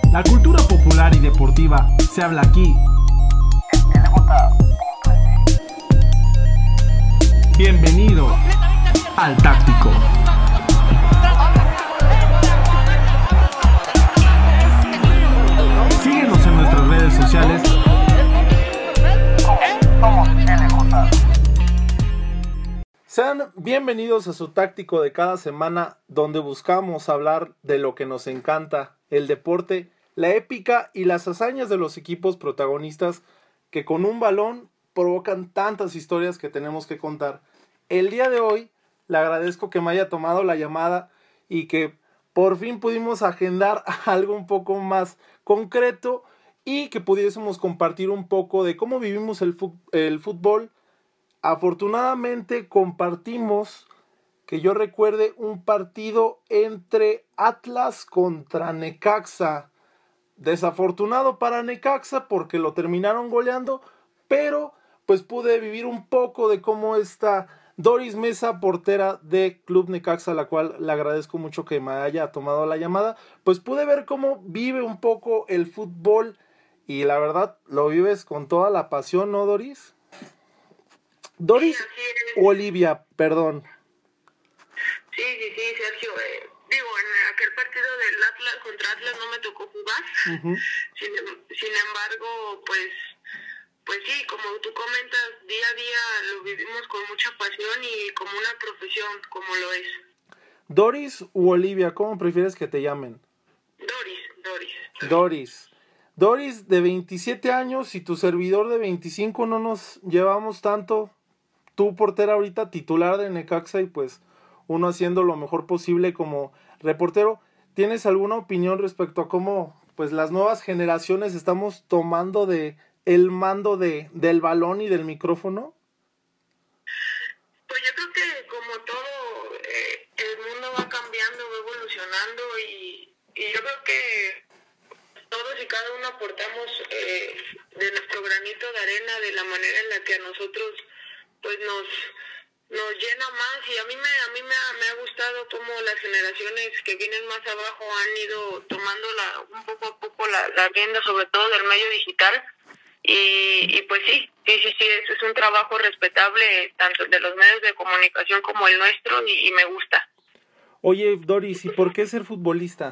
La cultura popular y deportiva se habla aquí. Bienvenido al Táctico. Síguenos en nuestras redes sociales. Sean bienvenidos a su Táctico de cada semana, donde buscamos hablar de lo que nos encanta, el deporte, la épica y las hazañas de los equipos protagonistas que con un balón provocan tantas historias que tenemos que contar. El día de hoy le agradezco que me haya tomado la llamada y que por fin pudimos agendar algo un poco más concreto y que pudiésemos compartir un poco de cómo vivimos el fútbol. Afortunadamente compartimos, que yo recuerde, un partido entre Atlas contra Necaxa. Desafortunado para Necaxa porque lo terminaron goleando, pero pues pude vivir un poco de cómo está Doris Mesa, portera de Club Necaxa, a la cual le agradezco mucho que me haya tomado la llamada. Pues pude ver cómo vive un poco el fútbol y la verdad lo vives con toda la pasión, ¿no, Doris? Doris Sí, Olivia, perdón. Sí, Sergio. En aquel partido del Atlas contra Atlas no me tocó jugar. Uh-huh. Sin embargo, pues sí, como tú comentas, día a día lo vivimos con mucha pasión y como una profesión, como lo es. Doris u Olivia, ¿cómo prefieres que te llamen? Doris. Doris, de 27 años y tu servidor de 25, no nos llevamos tanto. Tú, portera ahorita, titular de Necaxa, y pues uno haciendo lo mejor posible como reportero. ¿Tienes alguna opinión respecto a cómo pues las nuevas generaciones estamos tomando el mando del balón y del micrófono? Pues yo creo que como todo, el mundo va cambiando, va evolucionando y yo creo que todos y cada uno aportamos de nuestro granito de arena, de la manera en la que a nosotros pues nos llena más. Y a mí me ha gustado cómo las generaciones que vienen más abajo han ido tomando un poco a poco la rienda, sobre todo del medio digital. Y pues sí, eso es un trabajo respetable tanto de los medios de comunicación como el nuestro y me gusta. Oye, Doris, ¿y por qué ser futbolista?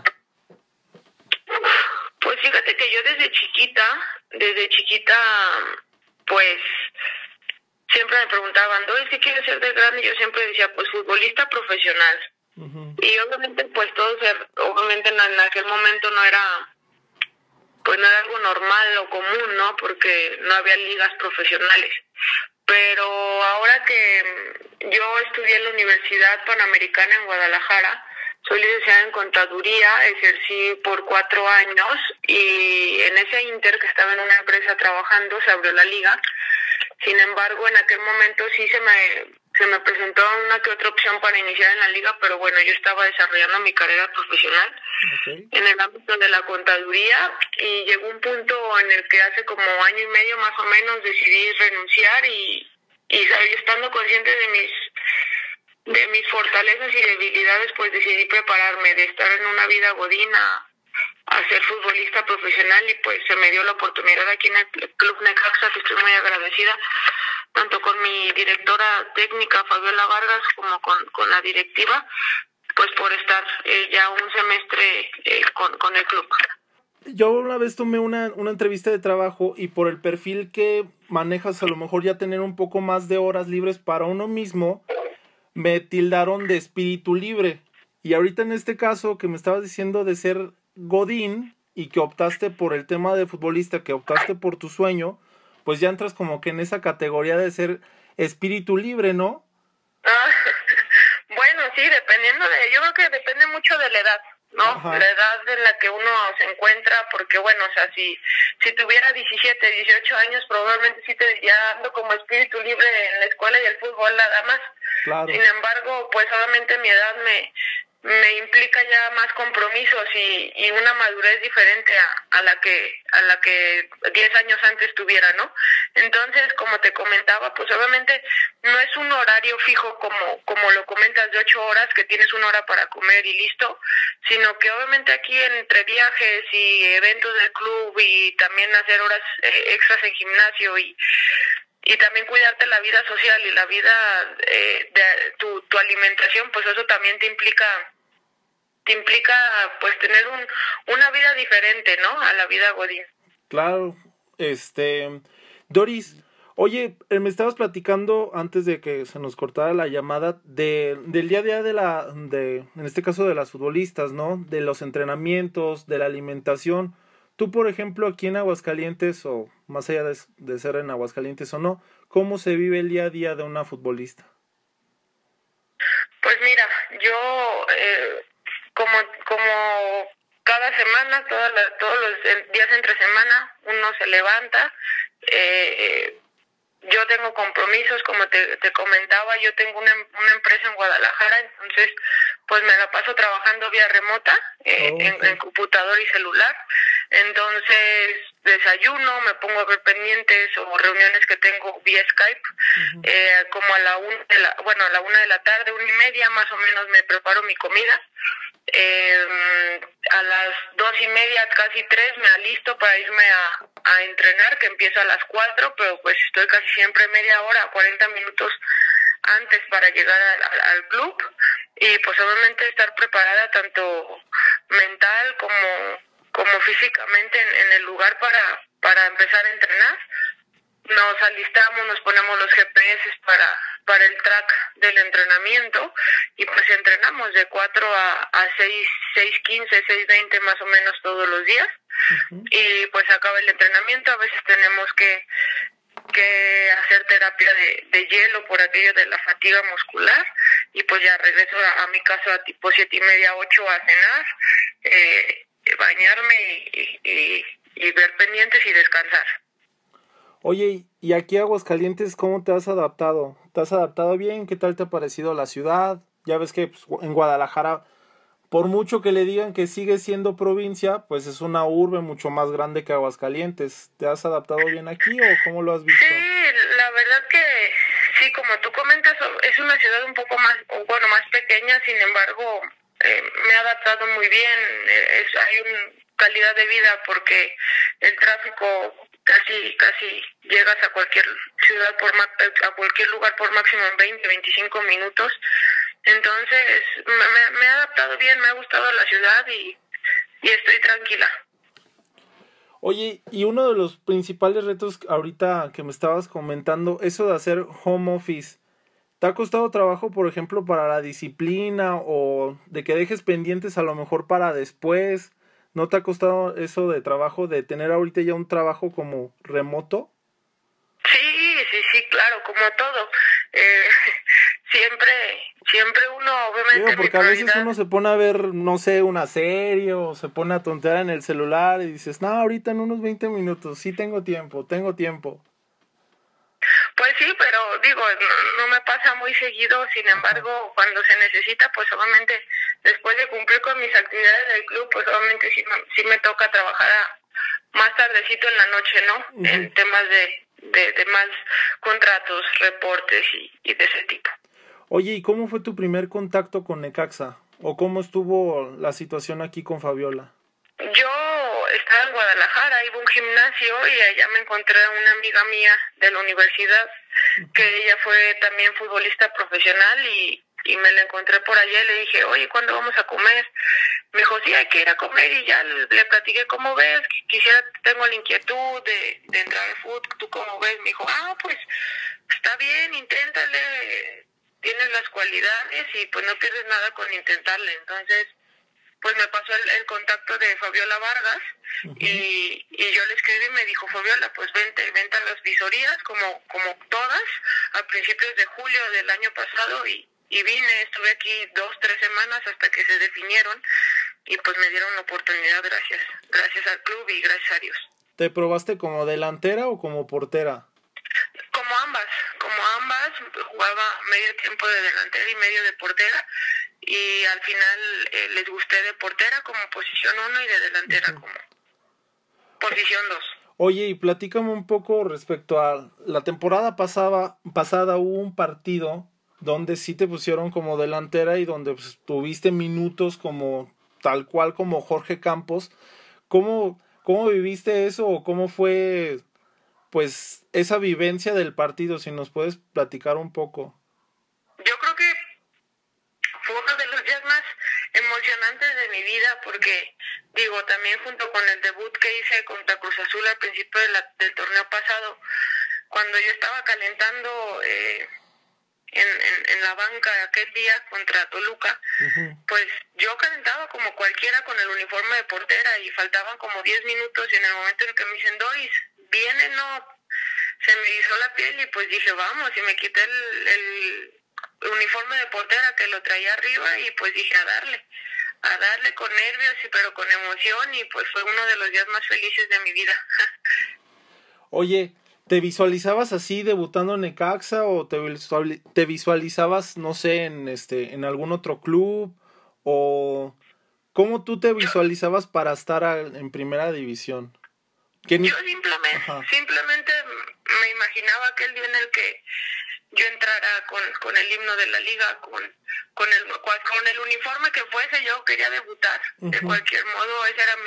Pues fíjate que yo desde chiquita, pues siempre me preguntaban, Doris, ¿qué quieres ser de grande? Y yo siempre decía, pues futbolista profesional. Uh-huh. Y obviamente, pues obviamente en aquel momento no era algo normal o común, ¿no? Porque no había ligas profesionales. Pero ahora que yo estudié en la Universidad Panamericana en Guadalajara, soy licenciada en Contaduría, ejercí por 4 años y en ese inter que estaba en una empresa trabajando se abrió la liga. Sin embargo, en aquel momento sí se me presentó una que otra opción para iniciar en la liga, pero bueno, yo estaba desarrollando mi carrera profesional en el ámbito de la contaduría y llegó un punto en el que hace como año y medio más o menos decidí renunciar y estando consciente de mis fortalezas y debilidades, pues decidí prepararme de estar en una vida godina a ser futbolista profesional y pues se me dio la oportunidad aquí en el Club Necaxa, que estoy muy agradecida tanto con mi directora técnica Fabiola Vargas como con la directiva, pues por estar ya un semestre con el club. Yo una vez tomé una entrevista de trabajo y por el perfil que manejas, a lo mejor ya tener un poco más de horas libres para uno mismo, me tildaron de espíritu libre. Y ahorita en este caso que me estabas diciendo de ser godín y que optaste por el tema de futbolista, que optaste por tu sueño, pues ya entras como que en esa categoría de ser espíritu libre, ¿no? Bueno, sí, yo creo que depende mucho de la edad, ¿no? Ajá. La edad en la que uno se encuentra, porque bueno, o sea, si tuviera 17, 18 años, probablemente sí te diría ando como espíritu libre en la escuela y el fútbol nada más. Claro. Sin embargo, pues obviamente mi edad me implica ya más compromisos y una madurez diferente a la que 10 años antes tuviera, ¿no? Entonces, como te comentaba, pues obviamente no es un horario fijo como lo comentas de 8 horas, que tienes 1 hora para comer y listo, sino que obviamente aquí entre viajes y eventos del club y también hacer horas extras en gimnasio y también cuidarte la vida social y la vida de tu alimentación, pues eso también te implica pues tener una vida diferente, ¿no? A la vida godín. Claro, Doris, oye, me estabas platicando antes de que se nos cortara la llamada del día a día en este caso de las futbolistas, ¿no? De los entrenamientos, de la alimentación. Tú, por ejemplo, aquí en Aguascalientes, o más allá de ser en Aguascalientes o no, ¿cómo se vive el día a día de una futbolista? Pues mira, yo como cada semana, todos los días entre semana, uno se levanta. Yo tengo compromisos, como te comentaba, yo tengo una empresa en Guadalajara, entonces pues me la paso trabajando vía remota, en computador y celular. Entonces desayuno, me pongo a ver pendientes o reuniones que tengo vía Skype, como a la 1:00 PM, 1:30 más o menos me preparo mi comida. A las 2:30, casi 3, me alisto para irme a entrenar, que empiezo a las 4, pero pues estoy casi siempre media hora, 40 minutos antes para llegar al club, y pues obviamente estar preparada tanto mental como físicamente en el lugar para empezar a entrenar. Nos alistamos, nos ponemos los GPS para el track del entrenamiento y pues entrenamos de 4 a 6:15, 6:20 más o menos todos los días. Y pues acaba el entrenamiento, a veces tenemos que hacer terapia de hielo por aquello de la fatiga muscular, y pues ya regreso a mi casa a tipo 7:30, 8 a cenar, bañarme y ver pendientes y descansar. Oye, y aquí a Aguascalientes, ¿cómo te has adaptado? ¿Te has adaptado bien? ¿Qué tal te ha parecido la ciudad? Ya ves que pues, en Guadalajara, por mucho que le digan que sigue siendo provincia, pues es una urbe mucho más grande que Aguascalientes. ¿Te has adaptado bien aquí o cómo lo has visto? Sí, la verdad que sí, como tú comentas, es una ciudad un poco más pequeña, sin embargo, me he adaptado muy bien. Hay una calidad de vida porque el tráfico casi llegas a cualquier ciudad a cualquier lugar por máximo en 20-25 minutos. Entonces me he adaptado bien, me ha gustado la ciudad y estoy tranquila. Oye, y uno de los principales retos ahorita que me estabas comentando, eso de hacer home office, ¿te ha costado trabajo, por ejemplo, para la disciplina o de que dejes pendientes a lo mejor para después? ¿No te ha costado eso de trabajo, de tener ahorita ya un trabajo como remoto? Sí, claro, como todo. Siempre uno, obviamente... Digo, porque a veces uno se pone a ver, no sé, una serie o se pone a tontear en el celular y dices, no, ahorita en unos 20 minutos, sí tengo tiempo. Pues sí, pero digo, no me pasa muy seguido, sin embargo, cuando se necesita, pues obviamente, después de cumplir con mis actividades del club, pues obviamente sí me toca trabajar más tardecito en la noche, ¿no? En temas de más contratos, reportes y de ese tipo. Oye, ¿y cómo fue tu primer contacto con Necaxa? ¿O cómo estuvo la situación aquí con Fabiola? Yo estaba en Guadalajara, iba a un gimnasio y allá me encontré a una amiga mía de la universidad, que ella fue también futbolista profesional, y me la encontré por allá y le dije, oye, ¿cuándo vamos a comer? Me dijo, sí, hay que ir a comer, y ya le platiqué, ¿cómo ves? Tengo la inquietud de entrar al fútbol, ¿tú cómo ves? Me dijo, pues está bien, inténtale, tienes las cualidades y pues no pierdes nada con intentarle. Entonces, pues me pasó el contacto de Fabiola Vargas, y yo le escribí y me dijo, Fabiola, pues vente a las visorías, como todas, a principios de julio del año pasado, y vine, estuve aquí 2-3 semanas hasta que se definieron, y pues me dieron la oportunidad gracias al club y gracias a Dios. ¿Te probaste como delantera o como portera? Como ambas, jugaba medio tiempo de delantera y medio de portera, y al final les gusté de portera como posición 1 y de delantera como posición 2. Oye, y platícame un poco respecto a la temporada pasada hubo un partido donde sí te pusieron como delantera y donde pues, tuviste minutos como tal cual como Jorge Campos. ¿Cómo viviste eso o cómo fue pues esa vivencia del partido? Si nos puedes platicar un poco. Yo creo que fue uno de los días más emocionantes de mi vida porque, digo, también junto con el debut que hice contra Cruz Azul al principio del torneo pasado, cuando yo estaba calentando en la banca aquel día contra Toluca, pues yo calentaba como cualquiera con el uniforme de portera y faltaban como 10 minutos y en el momento en que me dicen, Doris, viene, no, se me hizo la piel y pues dije, vamos, y me quité el uniforme de portera que lo traía arriba y pues dije a darle con nervios pero con emoción y pues fue uno de los días más felices de mi vida. Oye, ¿te visualizabas así debutando en Necaxa o te visualizabas, no sé, en algún otro club? ¿O cómo tú te visualizabas para estar en primera división? Yo simplemente me imaginaba aquel día en el que yo entrara con el himno de la liga, con el uniforme que fuese, yo quería debutar. De cualquier modo, esa era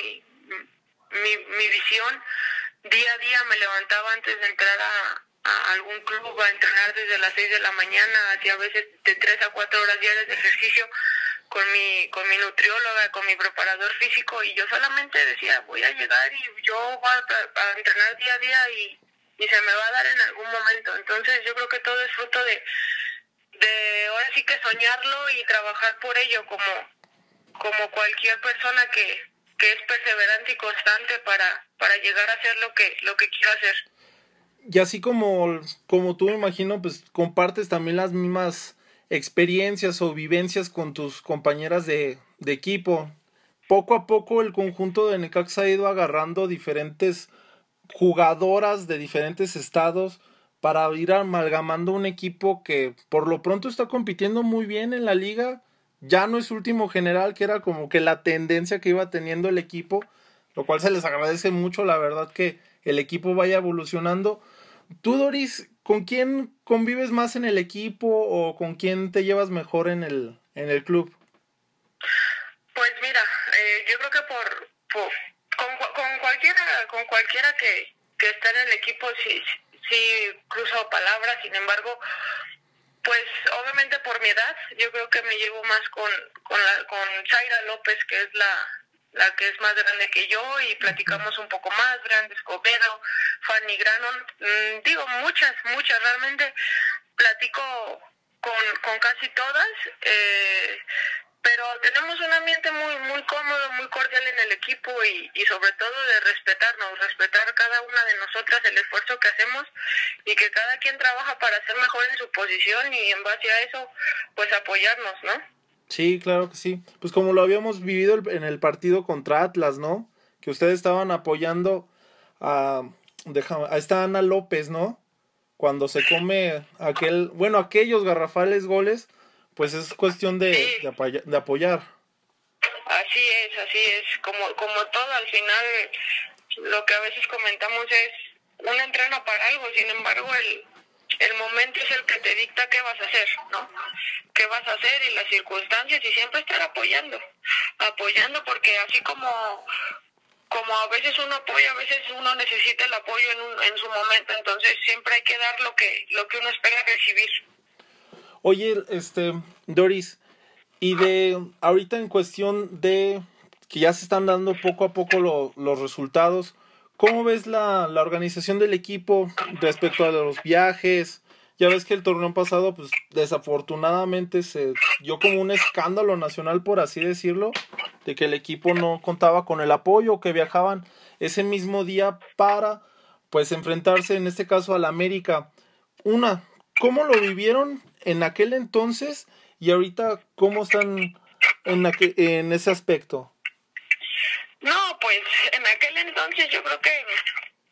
mi visión. Día a día me levantaba antes de entrar a algún club a entrenar desde las 6 de la mañana, hacía a veces de 3 a 4 horas diarias de ejercicio con mi nutrióloga, con mi preparador físico, y yo solamente decía, voy a llegar y yo voy a entrenar día a día y se me va a dar en algún momento. Entonces yo creo que todo es fruto de ahora sí que soñarlo y trabajar por ello como cualquier persona que es perseverante y constante para llegar a hacer lo que quiero hacer. Y así como tú me imagino, pues compartes también las mismas experiencias o vivencias con tus compañeras de equipo. Poco a poco el conjunto de Necaxa ha ido agarrando diferentes jugadoras de diferentes estados para ir amalgamando un equipo que por lo pronto está compitiendo muy bien en la liga. Ya no es último general, que era como que la tendencia que iba teniendo el equipo, lo cual se les agradece mucho, la verdad, que el equipo vaya evolucionando. Tú, Doris, ¿con quién convives más en el equipo o con quién te llevas mejor en el club? Pues mira, yo creo que con cualquiera que está en el equipo sí cruzo palabras. Sin embargo, pues obviamente por mi edad, yo creo que me llevo más con Zaira López, que es la que es más grande que yo, y platicamos un poco más. Brand Escobedo, Fanny Granon, digo muchas, realmente platico con casi todas, pero tenemos un ambiente muy cómodo, muy cordial en el equipo y sobre todo de respetar cada una de nosotras el esfuerzo que hacemos y que cada quien trabaja para ser mejor en su posición y en base a eso pues apoyarnos, ¿no? Sí, claro que sí. Pues como lo habíamos vivido en el partido contra Atlas, ¿no? Que ustedes estaban apoyando a esta Ana López, ¿no? Cuando se come aquellos garrafales goles, pues es cuestión de apoyar. Así es, como todo, al final lo que a veces comentamos es, uno entrena para algo, sin embargo el momento es el que te dicta qué vas a hacer, ¿no? Qué vas a hacer y las circunstancias, y siempre estar apoyando porque así como a veces uno apoya, a veces uno necesita el apoyo en su momento, entonces siempre hay que dar lo que uno espera recibir. Oye, Doris, y de ahorita en cuestión de que ya se están dando poco a poco los resultados, ¿cómo ves la organización del equipo respecto a los viajes? Ya ves que el torneo pasado, pues desafortunadamente se dio como un escándalo nacional, por así decirlo, de que el equipo no contaba con el apoyo, que viajaban ese mismo día para, pues, enfrentarse en este caso al América. ¿Cómo lo vivieron en aquel entonces y ahorita cómo están en ese aspecto? No, pues en aquel entonces yo creo que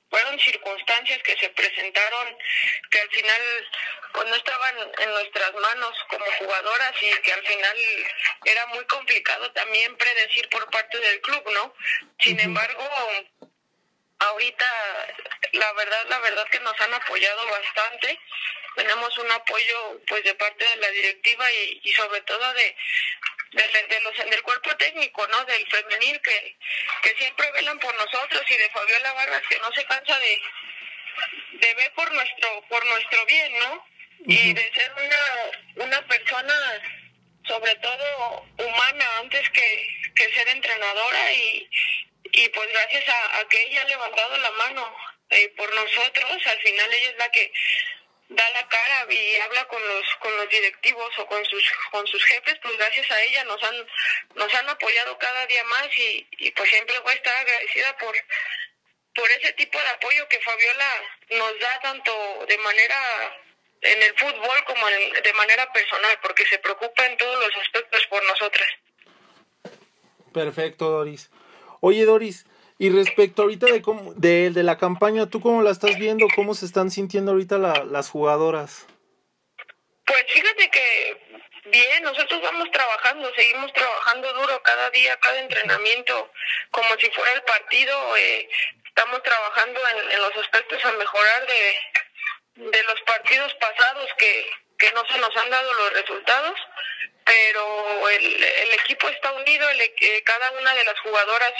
fueron circunstancias que se presentaron que al final pues no estaban en nuestras manos como jugadoras y que al final era muy complicado también predecir por parte del club, ¿no? Sin embargo, ahorita la verdad que nos han apoyado bastante. Tenemos un apoyo pues de parte de la directiva y sobre todo del cuerpo técnico, ¿no? Del femenil que siempre velan por nosotros, y de Fabiola Vargas, que no se cansa de ver por nuestro bien, ¿no? Y de ser una persona sobre todo humana antes que ser entrenadora, y pues gracias a que ella ha levantado la mano por nosotros, al final ella es la que da la cara y habla con los directivos o con sus jefes. Pues gracias a ella nos han apoyado cada día más, y pues siempre voy a estar agradecida por ese tipo de apoyo que Fabiola nos da, tanto de manera en el fútbol como de manera personal, porque se preocupa en todos los aspectos por nosotras. Perfecto, Doris. Oye, Doris, y respecto ahorita de la campaña, ¿tú cómo la estás viendo? ¿Cómo se están sintiendo ahorita las jugadoras? Pues fíjate que bien, nosotros seguimos trabajando duro cada día, cada entrenamiento, como si fuera el partido. Estamos trabajando en los aspectos a mejorar de los partidos pasados que no se nos han dado los resultados, pero el equipo está unido, cada una de las jugadoras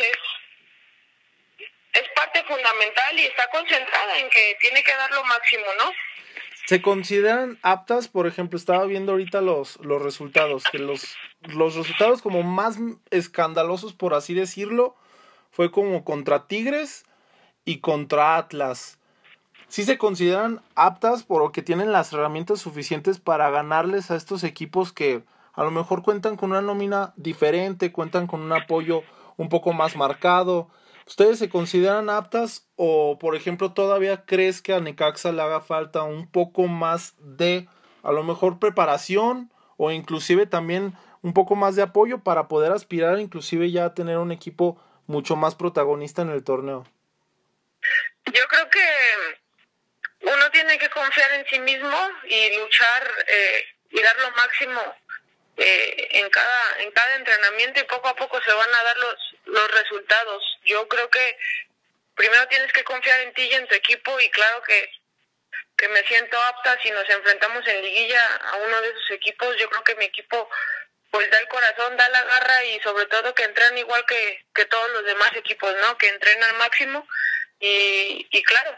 es parte fundamental y está concentrada en que tiene que dar lo máximo, ¿no? ¿Se consideran aptas? Por ejemplo, estaba viendo ahorita los resultados, que los resultados como más escandalosos, por así decirlo, fue como contra Tigres y contra Atlas. ¿Sí se consideran aptas porque tienen las herramientas suficientes para ganarles a estos equipos que a lo mejor cuentan con una nómina diferente, cuentan con un apoyo un poco más marcado? ¿Ustedes se consideran aptas o, por ejemplo, todavía crees que a Necaxa le haga falta un poco más de, a lo mejor, preparación o inclusive también un poco más de apoyo para poder aspirar inclusive ya a tener un equipo mucho más protagonista en el torneo? Yo creo que uno tiene que confiar en sí mismo y luchar y dar lo máximo en cada entrenamiento, y poco a poco se van a dar los resultados. Yo creo que primero tienes que confiar en ti y en tu equipo, y claro que me siento apta si nos enfrentamos en liguilla a uno de esos equipos. Yo creo que mi equipo pues da el corazón, da la garra, y sobre todo que entrenan igual que todos los demás equipos, ¿no? Que entrenan al máximo, y claro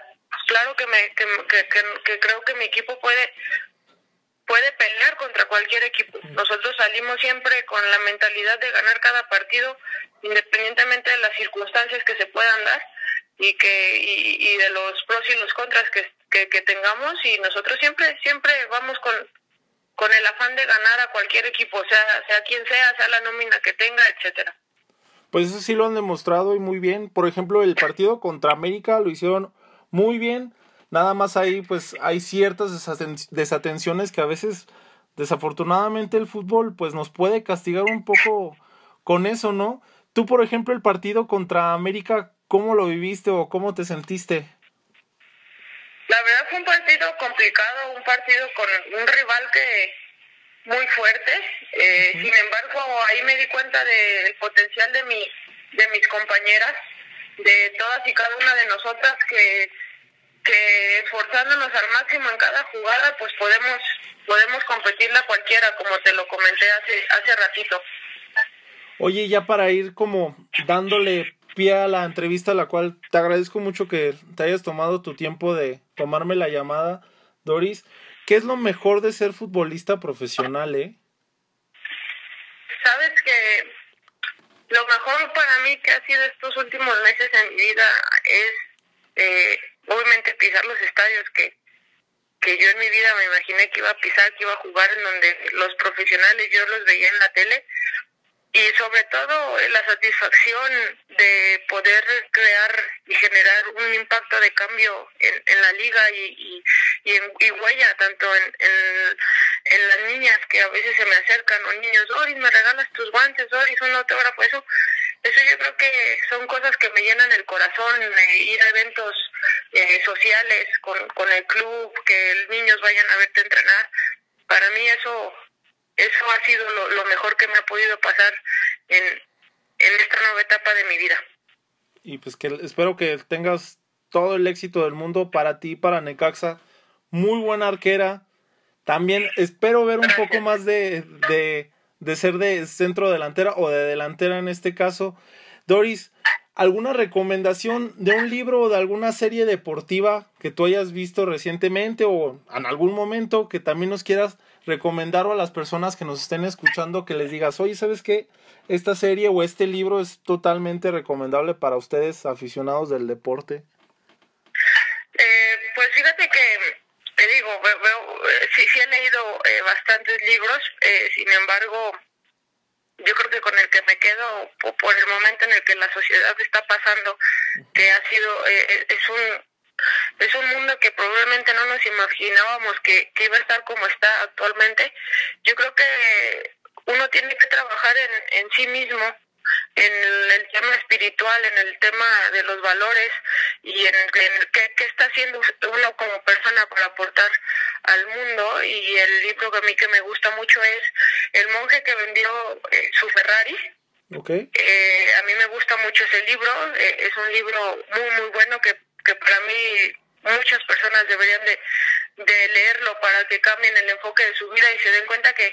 que creo que mi equipo puede pelear contra cualquier equipo. Nosotros salimos siempre con la mentalidad de ganar cada partido, independientemente de las circunstancias que se puedan dar, y de los pros y los contras que tengamos, y nosotros siempre vamos con el afán de ganar a cualquier equipo, sea quien sea la nómina que tenga, etcétera. Pues eso sí lo han demostrado y muy bien. Por ejemplo, el partido contra América lo hicieron muy bien. Nada más ahí pues hay ciertas desatenciones que a veces desafortunadamente el fútbol pues nos puede castigar un poco con eso, ¿no? Tú, por ejemplo, el partido contra América, ¿cómo lo viviste o cómo te sentiste? La verdad fue un partido complicado, un partido con un rival que muy fuerte. Sin embargo, ahí me di cuenta del potencial de mis compañeras, de todas y cada una de nosotras, que esforzándonos al máximo en cada jugada pues podemos competirla cualquiera, como te lo comenté hace ratito. Oye, ya para ir como dándole pie a la entrevista, a la cual te agradezco mucho que te hayas tomado tu tiempo de tomarme la llamada, Doris, ¿qué es lo mejor de ser futbolista profesional, Sabes que lo mejor para mí que ha sido estos últimos meses en mi vida es obviamente pisar los estadios que yo en mi vida me imaginé que iba a pisar, que iba a jugar, en donde los profesionales yo los veía en la tele, y sobre todo la satisfacción de poder crear y generar un impacto de cambio en la liga y huella tanto en las niñas que a veces se me acercan, o niños: Doris, me regalas tus guantes, Doris, un autógrafo. Eso yo creo que son cosas que me llenan el corazón, ir a eventos sociales con el club, que los niños vayan a verte entrenar. Para mí eso ha sido lo mejor que me ha podido pasar en esta nueva etapa de mi vida. Y pues que espero que tengas todo el éxito del mundo para ti, para Necaxa. Muy buena arquera. También espero ver un poco más de ser de centro delantera o de delantera en este caso. Doris, ¿alguna recomendación de un libro o de alguna serie deportiva que tú hayas visto recientemente o en algún momento que también nos quieras recomendar a las personas que nos estén escuchando, que les digas, oye, ¿sabes qué? Esta serie o este libro es totalmente recomendable para ustedes, aficionados del deporte. Pues fíjate que, te digo, sí he leído bastantes libros, sin embargo, yo creo que con el que me quedo por el momento en el que la sociedad está pasando, que ha sido, es un mundo que probablemente no nos imaginábamos que iba a estar como está actualmente. Yo creo que uno tiene que trabajar en sí mismo, en el tema espiritual, en el tema de los valores y en qué está haciendo uno como persona para aportar al mundo. Y el libro que a mí que me gusta mucho es El monje que vendió su Ferrari. Okay. A mí me gusta mucho ese libro, es un libro muy muy bueno que para mí muchas personas deberían de leerlo para que cambien el enfoque de su vida y se den cuenta que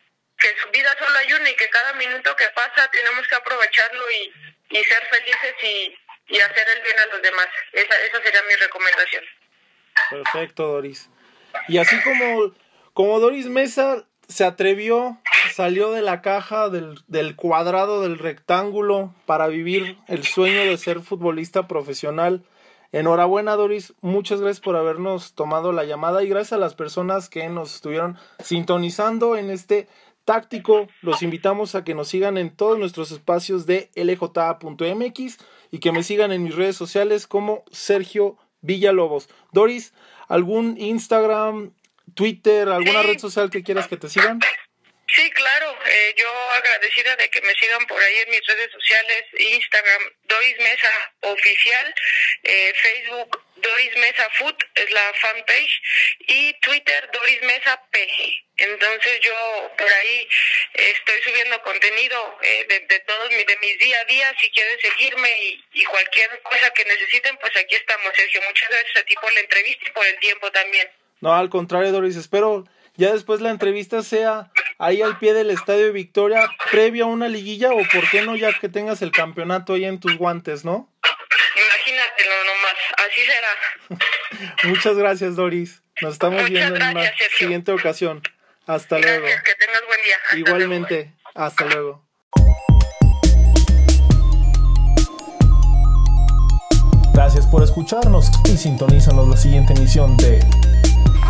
su vida solo hay una y que cada minuto que pasa tenemos que aprovecharlo y ser felices y hacer el bien a los demás. Esa sería mi recomendación. Perfecto, Doris. Y así como Doris Mesa se atrevió, salió de la caja, del cuadrado, del rectángulo, para vivir el sueño de ser futbolista profesional. Enhorabuena, Doris, muchas gracias por habernos tomado la llamada y gracias a las personas que nos estuvieron sintonizando en este táctico. Los invitamos a que nos sigan en todos nuestros espacios de lja.mx y que me sigan en mis redes sociales como Sergio Villalobos. Doris, ¿algún Instagram, Twitter, alguna red social que quieras que te sigan? Sí, claro, yo agradecida de que me sigan por ahí en mis redes sociales, Instagram, Doris Mesa Oficial, Facebook, Doris Mesa Food, es la fanpage, y Twitter, Doris Mesa P. Entonces yo por ahí estoy subiendo contenido de mis día a día. Si quieren seguirme y cualquier cosa que necesiten, pues aquí estamos, Sergio. Muchas gracias a ti por la entrevista y por el tiempo también. No, al contrario, Doris, espero ya después la entrevista sea ahí al pie del Estadio Victoria, previo a una liguilla, o por qué no ya que tengas el campeonato ahí en tus guantes, ¿no? Imagínatelo nomás, así será. Muchas gracias, Doris. Nos estamos viendo en una siguiente ocasión. Hasta luego. Que tengas buen día. Igualmente, luego. Hasta luego. Gracias por escucharnos y sintonízanos la siguiente emisión de